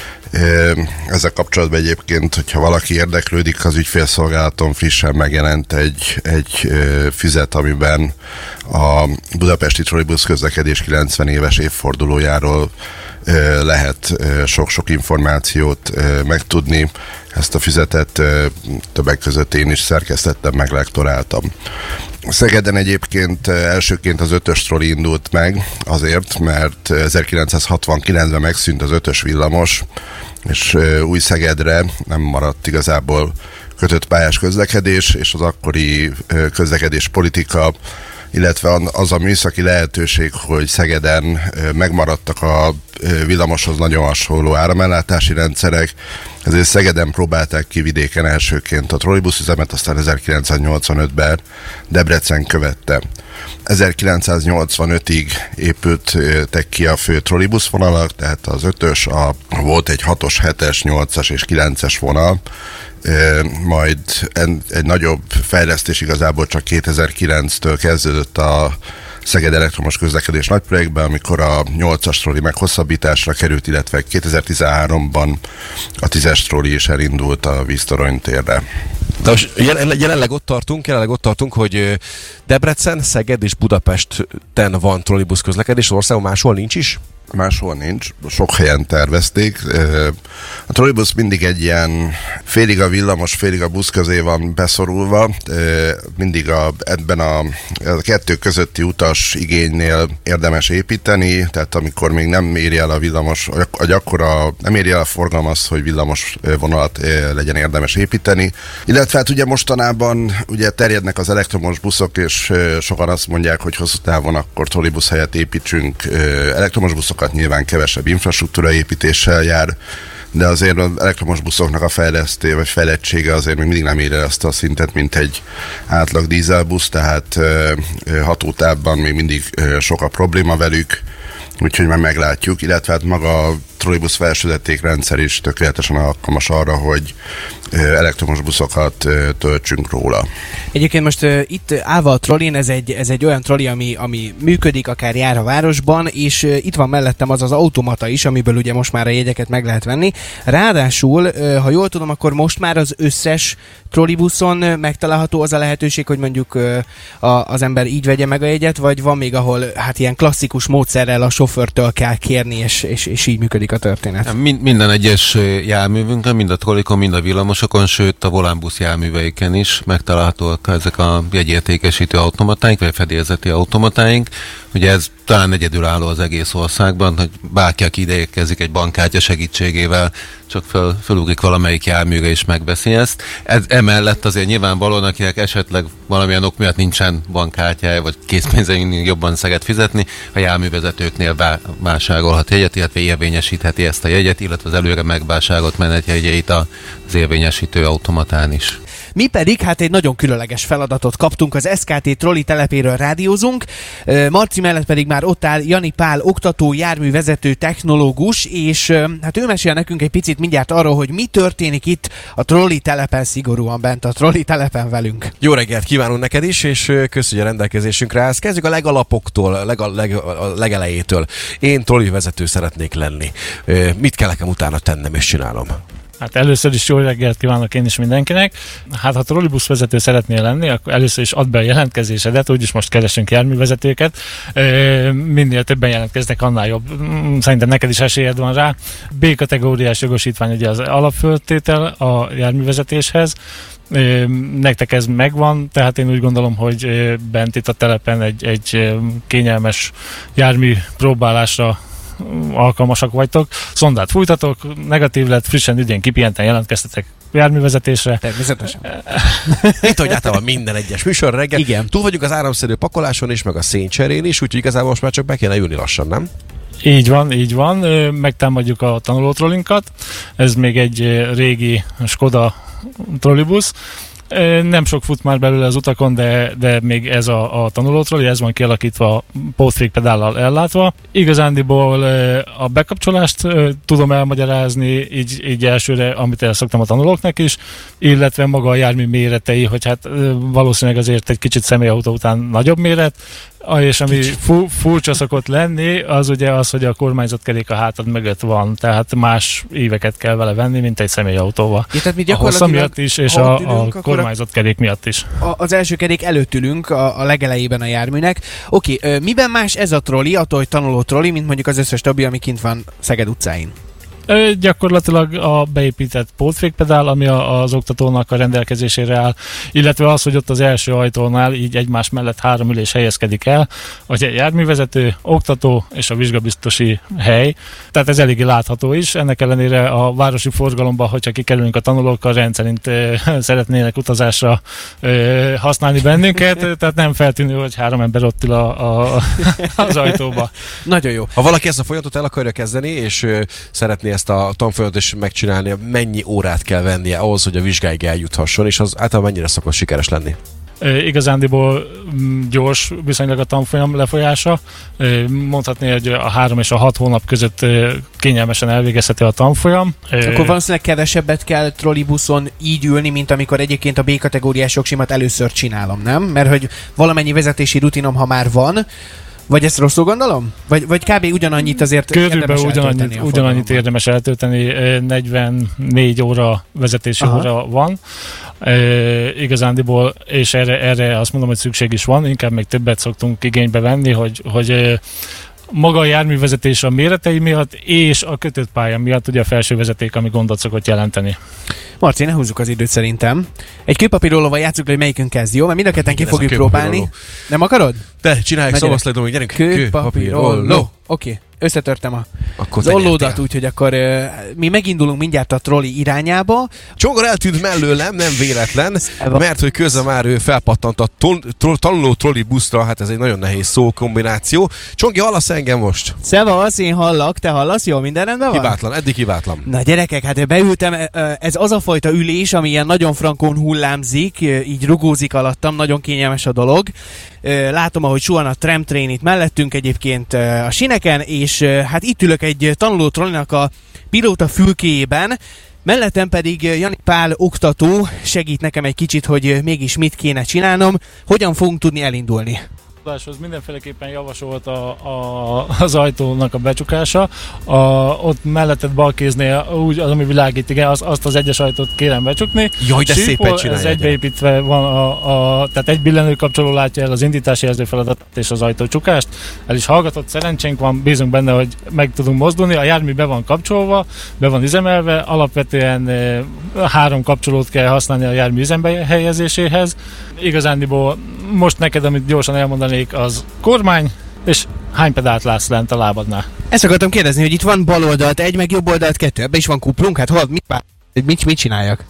Ezzel kapcsolatban egyébként, hogyha valaki érdeklődik, az ügyfélszolgálaton frissen megjelent egy, egy füzet, amiben a budapesti trollibusz közlekedés kilencven éves évfordulójáról lehet sok-sok információt megtudni. Ezt a füzetet többek között én is szerkesztettem, meg lektoráltam. Szegeden egyébként elsőként az ötös trolli indult meg, azért, mert ezerkilencszázhatvankilencben megszűnt az ötös villamos, és új Szegedre nem maradt igazából kötött pályás közlekedés, és az akkori közlekedés politika, illetve az a műszaki lehetőség, hogy Szegeden megmaradtak a villamoshoz nagyon hasonló áramellátási rendszerek, ezért Szegeden próbálták ki vidéken elsőként a trollibuszüzemet, aztán ezerkilencszáznyolcvanötben Debrecen követte. ezerkilencszáznyolcvanötig épültek ki a fő trollibuszvonalak, tehát az ötös, a, volt egy hatos, hetes, nyolcas és kilences vonal, majd egy nagyobb fejlesztés igazából csak kétezer-kilenctől kezdődött a Szeged elektromos közlekedés nagyprojektben, amikor a nyolcas trolli meghosszabbításra került, illetve kétezer-tizenháromban a tízes trolli is elindult a Víztorony térre. De most jelenleg ott tartunk, jelenleg ott tartunk, hogy Debrecen, Szeged és Budapesten van trollibusz közlekedés, az országon máshol nincs is? Máshol nincs, sok helyen tervezték. A trollibusz mindig egy ilyen félig a villamos, félig a busz közé van beszorulva. Mindig a, ebben a, a kettő közötti utas igénynél érdemes építeni, tehát amikor még nem éri el a villamos, a gyakora, nem éri el a forgalom az, hogy villamos vonalat legyen érdemes építeni. Illetve hát ugye mostanában ugye terjednek az elektromos buszok, és sokan azt mondják, hogy hosszú távon akkor trollibusz helyett építsünk elektromos buszokat, nyilván kevesebb infrastruktúra építéssel jár, de azért az elektromos buszoknak a fejleszté vagy fejlettsége azért még mindig nem ér el azt a szintet, mint egy átlag dízelbusz, tehát hatótávban még mindig sok a probléma velük, úgyhogy már meglátjuk, illetve hát maga a trollibusz felsővezeték rendszer is tökéletesen alkalmas arra, hogy elektromos buszokat töltsünk róla. Egyébként most uh, itt állva a trollin, ez egy, ez egy olyan trolli, ami, ami működik, akár jár a városban, és uh, itt van mellettem az az automata is, amiből ugye most már a jegyeket meg lehet venni. Ráadásul, uh, ha jól tudom, akkor most már az összes trollibuszon uh, megtalálható az a lehetőség, hogy mondjuk uh, a, az ember így vegye meg a jegyet, vagy van még, ahol hát ilyen klasszikus módszerrel a sofőrtől kell kérni, és, és, és így működik a történet. Mind, minden egyes járművünkön, mind a trollikon, mind a villamosokon, sőt a volánbusz járműveiken is megtalálhatóak ezek a jegyértékesítő automatáink, vagy fedélzeti automatáink. Ugye ez talán egyedülálló az egész országban, hogy bárki, aki ide érkezik egy bankkártya segítségével, csak föl, fölugrik valamelyik járműre és megveszi ezt. Ez, emellett azért nyilvánvalóan, akinek esetleg valamilyen ok miatt nincsen bankkártyája, vagy készpénzein jobban szeret fizetni, a járművezetőknél vásárolhat jegyet, illetve érvényesítheti ezt a jegyet, illetve az előre megvásárolt menetjegyeit az érvényesítő automatán is. Mi pedig hát egy nagyon különleges feladatot kaptunk, az es ká té trolli telepéről rádiózunk. Marci mellett pedig már ott áll Jani Pál, oktató, járművezető, technológus, és hát ő mesél nekünk egy picit mindjárt arról, hogy mi történik itt a trolli telepen, szigorúan bent a trolli telepen velünk. Jó reggelt kívánunk neked is, és köszönjük a rendelkezésünkre állsz. Kezdjük a legalapoktól, a, leg, leg, a legelejétől. Én trolli vezető szeretnék lenni. Mit kell nekem utána tennem és csinálom? Hát először is jó reggelt kívánok én is mindenkinek. Hát ha trollibusz vezető szeretnél lenni, akkor először is add be a jelentkezésedet, úgyis most keresünk járművezetőket. Minél többen jelentkeznek, annál jobb. Szerintem neked is esélyed van rá. B kategóriás jogosítvány ugye az alapföltétel a járművezetéshez. Nektek ez megvan, tehát én úgy gondolom, hogy bent itt a telepen egy, egy kényelmes jármű próbálásra alkalmasak vagytok. Szondát fújtatok, negatív lett, frissen, ügyén, kipihenten jelentkeztetek, járművezetésre. Természetesen. Itt, hogy általában minden egyes műsor reggel. Igen. Túl vagyunk az áramszedő pakoláson is, meg a széncserén is, úgyhogy igazából most már csak be kéne ülni lassan, nem? Így van, így van. Megtámadjuk a tanulótrollinkat. Ez még egy régi Skoda trollibusz. Nem sok fut már belőle az utakon, de, de még ez a, a tanulótrolli, ez van kialakítva, pótfékpedállal ellátva. Igazándiból a bekapcsolást tudom elmagyarázni, így, így elsőre, amit el szoktam a tanulóknak is, illetve maga a jármű méretei, hogy hát valószínűleg azért egy kicsit személyautó után nagyobb méret, és ami fu- furcsa szokott lenni, az ugye az, hogy a kormányzatkerék a hátad mögött van, tehát más éveket kell vele venni, mint egy személyautóval. Ja, tehát mi a hossza miatt is, és a, a kormányzatkerék miatt is. A, az első kerék előtt ülünk, a, a legelejében a járműnek. Oké, ö, miben más ez a trolli, attól, hogy tanuló trolli, mint mondjuk az összes többi, ami kint van Szeged utcáin? Ö, gyakorlatilag a beépített pótfékpedál, ami a, az oktatónak a rendelkezésére áll, illetve az, hogy ott az első ajtónál így egymás mellett három ülés helyezkedik el, hogy egy járművezető, oktató és a vizsgabiztosi hely. Tehát ez eléggé látható is. Ennek ellenére a városi forgalomban, hogyha kikerülünk a tanulókkal, rendszerint ö, szeretnének utazásra ö, használni bennünket, tehát nem feltűnő, hogy három ember ott ül a, a, az ajtóba. Nagyon jó. Ha valaki ezt a folyamatot el akarja kezdeni, és ö, szeretné ezt a tanfolyamatot is megcsinálni, mennyi órát kell vennie ahhoz, hogy a vizsgáig eljuthasson, és az általában mennyire szokott sikeres lenni? E, igazándiból gyors viszonylag a tanfolyam lefolyása. E, mondhatni, hogy a három és a hat hónap között e, kényelmesen elvégezhető a tanfolyam. E, Akkor valószínűleg kevesebbet kell trollibuszon így ülni, mint amikor egyébként a B-kategóriás jogsimat először csinálom, nem? Mert hogy valamennyi vezetési rutinom, ha már van, vagy ezt rosszul gondolom? Vagy, vagy kb. Ugyanannyit azért körülbelül ugyanannyit, ugyanannyit érdemes eltölteni, negyvennégy óra vezetési Aha. óra van. E, igazándiból, és erre, erre azt mondom, hogy szükség is van, inkább még többet szoktunk igénybe venni, hogy, hogy maga a járművezetés a méretei miatt, és a kötött pálya miatt ugye a felső vezeték, ami gondot szokott jelenteni. Marci, ne húzzuk az időt szerintem. Egy kőpapírólóval játsszuk, hogy melyikünk kezd, jó? Mert mind a ketten ki fogjuk próbálni. Nem akarod? Te, csinálj egy szavaszlajdon, hogy gyerünk. Kőpapíróló. Oké. Összetörtem a, az ollódat, úgyhogy akkor uh, mi megindulunk mindjárt a trolli irányába. Csongor eltűnt mellőlem, nem véletlen, mert hogy közben már ő felpattant a tol- tol- tanuló trolli buszra, hát ez egy nagyon nehéz szó kombináció. Csongi, hallasz engem most? Szevasz, én hallak, te hallasz, jó, minden rendben van? Hibátlan, eddig hibátlan. Na gyerekek, hát beültem, ez az a fajta ülés, ami ilyen nagyon frankón hullámzik, így rugózik alattam, nagyon kényelmes a dolog. Látom, ahogy suhan a tramtrain itt mellettünk egyébként a sineken, és hát itt ülök egy tanuló trollinak a pilóta fülkéjében, mellettem pedig Jani Pál oktató segít nekem egy kicsit, hogy mégis mit kéne csinálnom, hogyan fogunk tudni elindulni. Az mindenféleképpen javasolt a, a, az ajtónak a becsukása. A, ott melletted balkéznél úgy, az, ami világít, igen, az, azt az egyes ajtót kérem becsukni. Jaj, de szépen csinálja. Ez egybeépítve van, a, a, tehát egy billenő kapcsoló látja el az indítási jelző feladatot és az ajtócsukást. El is hallgatott, szerencsénk van, bízunk benne, hogy meg tudunk mozdulni. A jármű be van kapcsolva, be van üzemelve, alapvetően e, három kapcsolót kell használni a jármű üzembe helyezéséhez. Igazándiból most neked, amit gyorsan elmondanék, az kormány, és hány pedált látsz lent a lábadnál? Ezt akartam kérdezni, hogy itt van bal oldalt egy, meg jobb oldalt kettő, ebbe is van kuplunk, hát hol, mit, mit, mit csináljak?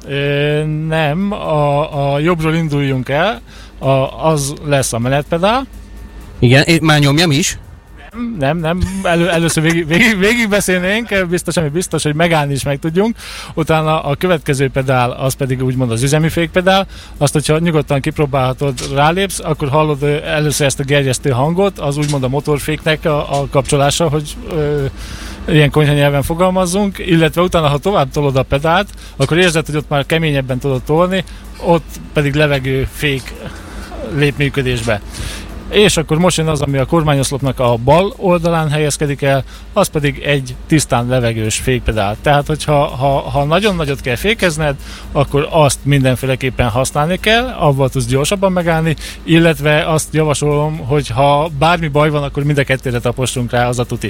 Ö, nem, a, a jobbról induljunk el, a, az lesz a menetpedál. Igen, már nyomjam is? Nem, nem, elő, először végig, végig, végig beszélnénk, biztos, ami biztos, hogy megállni is meg tudjunk. Utána a következő pedál, az pedig úgymond az üzemi fékpedál. Azt, hogyha nyugodtan kipróbálhatod, rálépsz, akkor hallod először ezt a gerjesztő hangot, az úgymond a motorféknek a, a kapcsolása, hogy ö, ilyen konyha nyelven fogalmazzunk, illetve utána, ha tovább tolod a pedált, akkor érzed, hogy ott már keményebben tudod tolni, ott pedig levegő fék lép működésbe. És akkor most jön az, ami a kormányoszlopnak a bal oldalán helyezkedik el, az pedig egy tisztán levegős fékpedál. Tehát, hogyha ha, ha nagyon nagyot kell fékezned, akkor azt mindenféleképpen használni kell, avval tudsz gyorsabban megállni, illetve azt javasolom, hogy ha bármi baj van, akkor mind a kettőre tapossunk rá, az a tuti.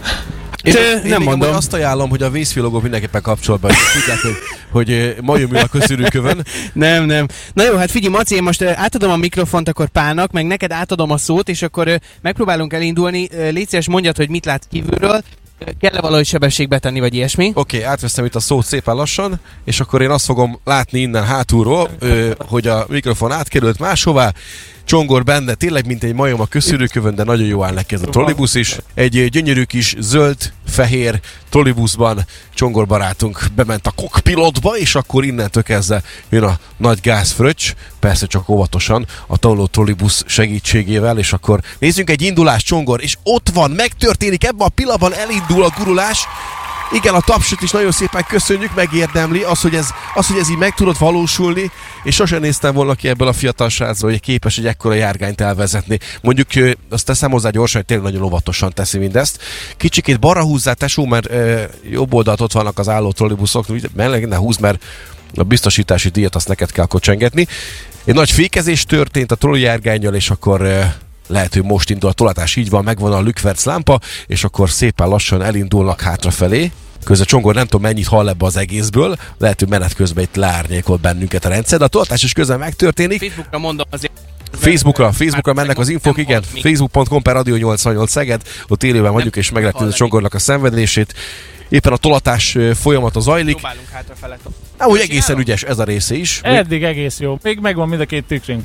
Én, én nem mondom. Azt ajánlom, hogy a vízfilogó mindenképpen kapcsolatban. Tudják, hogy, hogy majom ül a köszörűkövön. Nem, nem. Na jó, hát figyelj, Maci, én most átadom a mikrofont akkor Pálnak, meg neked átadom a szót, és akkor megpróbálunk elindulni. Légy szíves, mondjad, hogy mit látsz kívülről. Kell-e valahogy sebességbe tenni, vagy ilyesmi? Oké, okay, átveszem itt a szót szépen lassan, és akkor én azt fogom látni innen hátulról, ö, hogy a mikrofon átkerült máshová, csongor benne, tényleg mint egy majom a köszörűkövön, de nagyon jó áll neki ez a trollibusz is. Egy gyönyörű kis zöld-fehér trollibuszban csongor barátunk bement a kokpilotba, és akkor innentől kezdve jön a nagy gázfröccs, persze csak óvatosan, a tanuló trollibusz segítségével, és akkor nézzünk egy indulás, csongor, és ott van, megtörténik, ebben a pillanatban elindul a gurulás. Igen, a tapsot is nagyon szépen köszönjük, megérdemli az, hogy ez, az, hogy ez így meg tudott valósulni, és sosem néztem volna ki ebből a fiatal srácból, hogy képes egy ekkora járgányt elvezetni. Mondjuk azt teszem hozzá gyorsan, hogy tényleg nagyon óvatosan teszi mindezt. Kicsikét balra húzzál, tesó, mert e, jobb oldalt ott vannak az álló trollibuszok, mellé ne húzz, mert a biztosítási díjat azt neked kell kocsengetni. Egy nagy fékezés történt a trolli járgánnyal, és akkor e, lehet, hogy most indul a tolatás, így van, megvan a lükverc lámpa, és akkor szépen lassan elindulnak hátrafelé. Közben Csongor nem tudom mennyit hall ebbe az egészből, lehet, hogy menet közben itt leárnyékol bennünket a rendszer, de a tolatás is közben megtörténik. Facebookra mondom azért. Facebookra, Facebookra mennek az infok, igen, facebook pont com per Radio nyolcvannyolc Szeged, ott élőben vagyunk, és meg lehet Csongornak a szenvedését. Éppen a tolatás folyamata zajlik. Próbálunk hátrafele. Úgy egészen ügyes ez a része is. Eddig egész jó, még megvan mind a két tükrünk.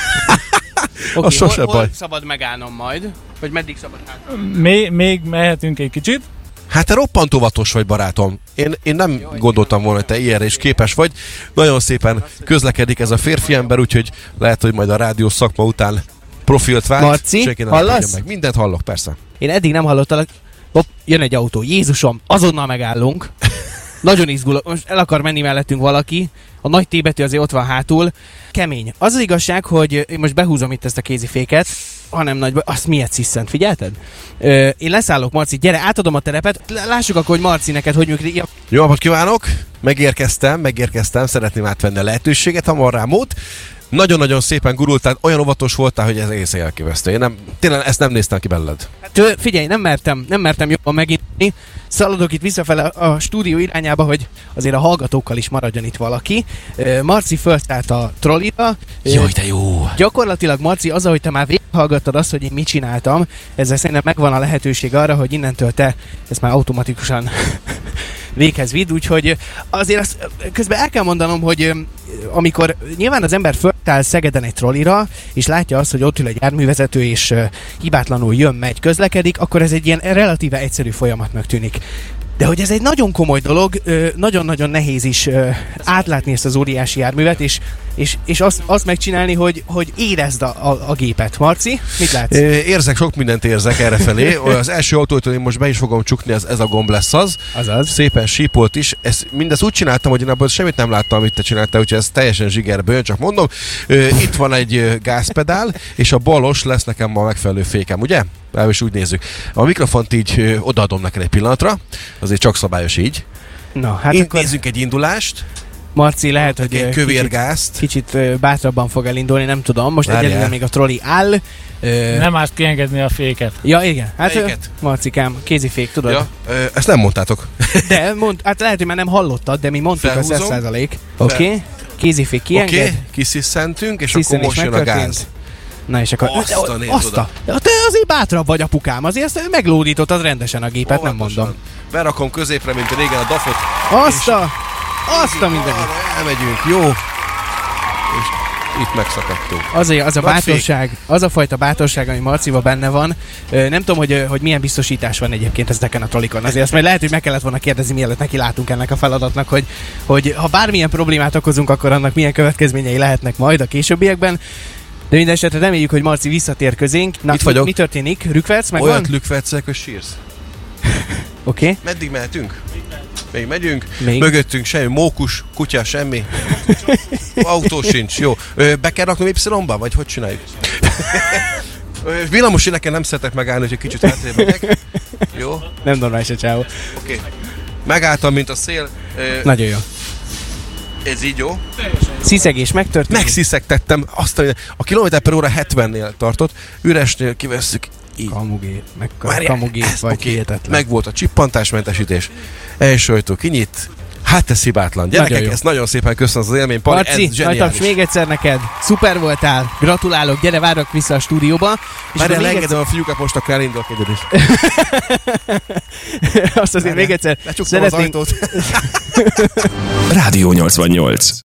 Okay, az sose hol, baj. hol szabad megállnom majd? Vagy meddig szabad hátra? Még, még mehetünk egy kicsit. Hát te roppant óvatos vagy, barátom. Én, én nem Jó, gondoltam volna, hogy te ilyenre is képes vagy. Nagyon szépen közlekedik ez a férfi ember, úgyhogy lehet, hogy majd a rádió szakma után profilt vált. Marci, hallasz? Meg. Mindent hallok, persze. Én eddig nem hallottalak. Hopp, jön egy autó. Jézusom, azonnal megállunk. Nagyon izgulok. Most el akar menni mellettünk valaki. A nagy T betű azért ott van hátul. Kemény. Az az igazság, hogy én most behúzom itt ezt a kéziféket, hanem nagy baj. Azt miért sziszent, figyelted? Ö, én leszállok, Marci, gyere, átadom a terepet. Lássuk akkor, hogy Marci neked hogy működik. Ja. Jó napot kívánok! Megérkeztem, megérkeztem, szeretném átvenni a lehetőséget, ha van rá mód. Nagyon-nagyon szépen gurultál, olyan óvatos voltál, hogy ez egészen elképesztő. Én nem, tényleg ezt nem néztem ki belőled. Hát figyelj, nem mertem, nem mertem jobban megindulni. Szaladok itt visszafele a stúdió irányába, hogy azért a hallgatókkal is maradjon itt valaki. Marci fölszállt a trollira. Jaj, de jó! Gyakorlatilag, Marci, az, ahogy te már végighallgattad azt, hogy én mit csináltam, ezzel szerintem megvan a lehetőség arra, hogy innentől te ezt már automatikusan véghez vidd, úgyhogy azért azt közben el kell mondanom, hogy amikor nyilván az ember föltáll Szegeden egy trollira, és látja azt, hogy ott ül egy járművezető, és hibátlanul jön, megy, közlekedik, akkor ez egy ilyen relatíve egyszerű folyamatnak tűnik. De hogy ez egy nagyon komoly dolog, nagyon-nagyon nehéz is átlátni ezt az óriási járművet, és, és, és azt, azt megcsinálni, hogy, hogy érezd a, a, a gépet. Marci, mit látsz? Érzek, sok mindent érzek errefelé. Az első autótól én most be is fogom csukni, ez, ez a gomb lesz az. Azaz. Szépen sípolt is. Ezt, mindezt úgy csináltam, hogy én abban semmit nem láttam, amit te csináltál, úgyhogy ez teljesen zsigerből jön, csak mondom. Itt van egy gázpedál, és a balos lesz nekem ma megfelelő fékem, ugye? És úgy nézzük. A mikrofont így ö, odaadom neked egy pillanatra, azért csak szabályos így. Na, hát Én akkor nézzünk egy indulást. Marci lehet, hogy egy kövérgázt. Kicsit, kicsit bátrabban fog elindulni, nem tudom. Most Várjál. egyelőre még a trolli áll. Ö... Nem árt kiengedni a féket. Ja, igen. Hát Melyiket? Marcikám, kézifék, tudod? Ja, ö, ezt nem mondtátok. De mond, hát lehet, hogy már nem hallottad, de mi mondtuk Felhúzom. a száz százalék. Oké, okay. Kézifék kienged. Oké, okay. Kisziszentünk, és Sziszen akkor most is jön a gáz. Na és akkor... Azt a nézd azt a, te azért bátrabb vagy, apukám, azért ezt meglódítottad rendesen a gépet, Óvatosan. nem mondom. Berakom középre, mint régen a dafot. Azt a... Azt a mindenit. Elmegyünk, jó. És itt megszakadtunk. Az a, az a Nagy bátorság, az a fajta bátorság, ami Marciba benne van. Ö, nem tudom, hogy, hogy milyen biztosítás van egyébként ezeken a trollikon. Azért azt majd lehet, hogy meg kellett volna kérdezni, mielőtt neki látunk ennek a feladatnak, hogy, hogy ha bármilyen problémát okozunk, akkor annak milyen következményei lehetnek majd a későbbiekben. De minden esetre reméljük, hogy Marci visszatér közénk. Na, Itt vagyok. Mi történik? Rükverc megvan? Olyat lükvercek, hogy sírsz. Oké. Okay. Meddig mehetünk? Még megyünk. Még. Mögöttünk semmi, mókus, kutya, semmi. Autó sincs, jó. Ö, be kell raknom Y-ba, vagy hogy csináljuk? Villamos nekem nem szeretek megállni, hogy kicsit hátrébb megyek. Jó? Nem normális a csávó. Oké. Okay. Megálltam, mint a szél. Ö, Nagyon jó. Ez így jó. Sziszegés megtörtént. Megsziszegtettem. Azt a, a kilométer per óra hetvennél tartott. Üresnél kivesszük. Így. Kamugé, meg Várjál, kamugé, ez vagy oké. hihetetlen. Meg volt a csippantásmentesítés. Első ajtó kinyit. Hát ez hibátlan. Gyerekek, Nagyon jó. ezt nagyon szépen köszönöm az élmény. Pali, Marci, ez nagy zseniális. taps még egyszer neked. Szuper voltál. Gratulálok, gyere, várok vissza a stúdióba. És Várjál, akkor még engedem a fiúkat, most akkor elindulok egyedül is. egyszer, azt azért még egyszer Lecsuktam az szeretnénk, ajtót. Rádió nyolcvannyolc.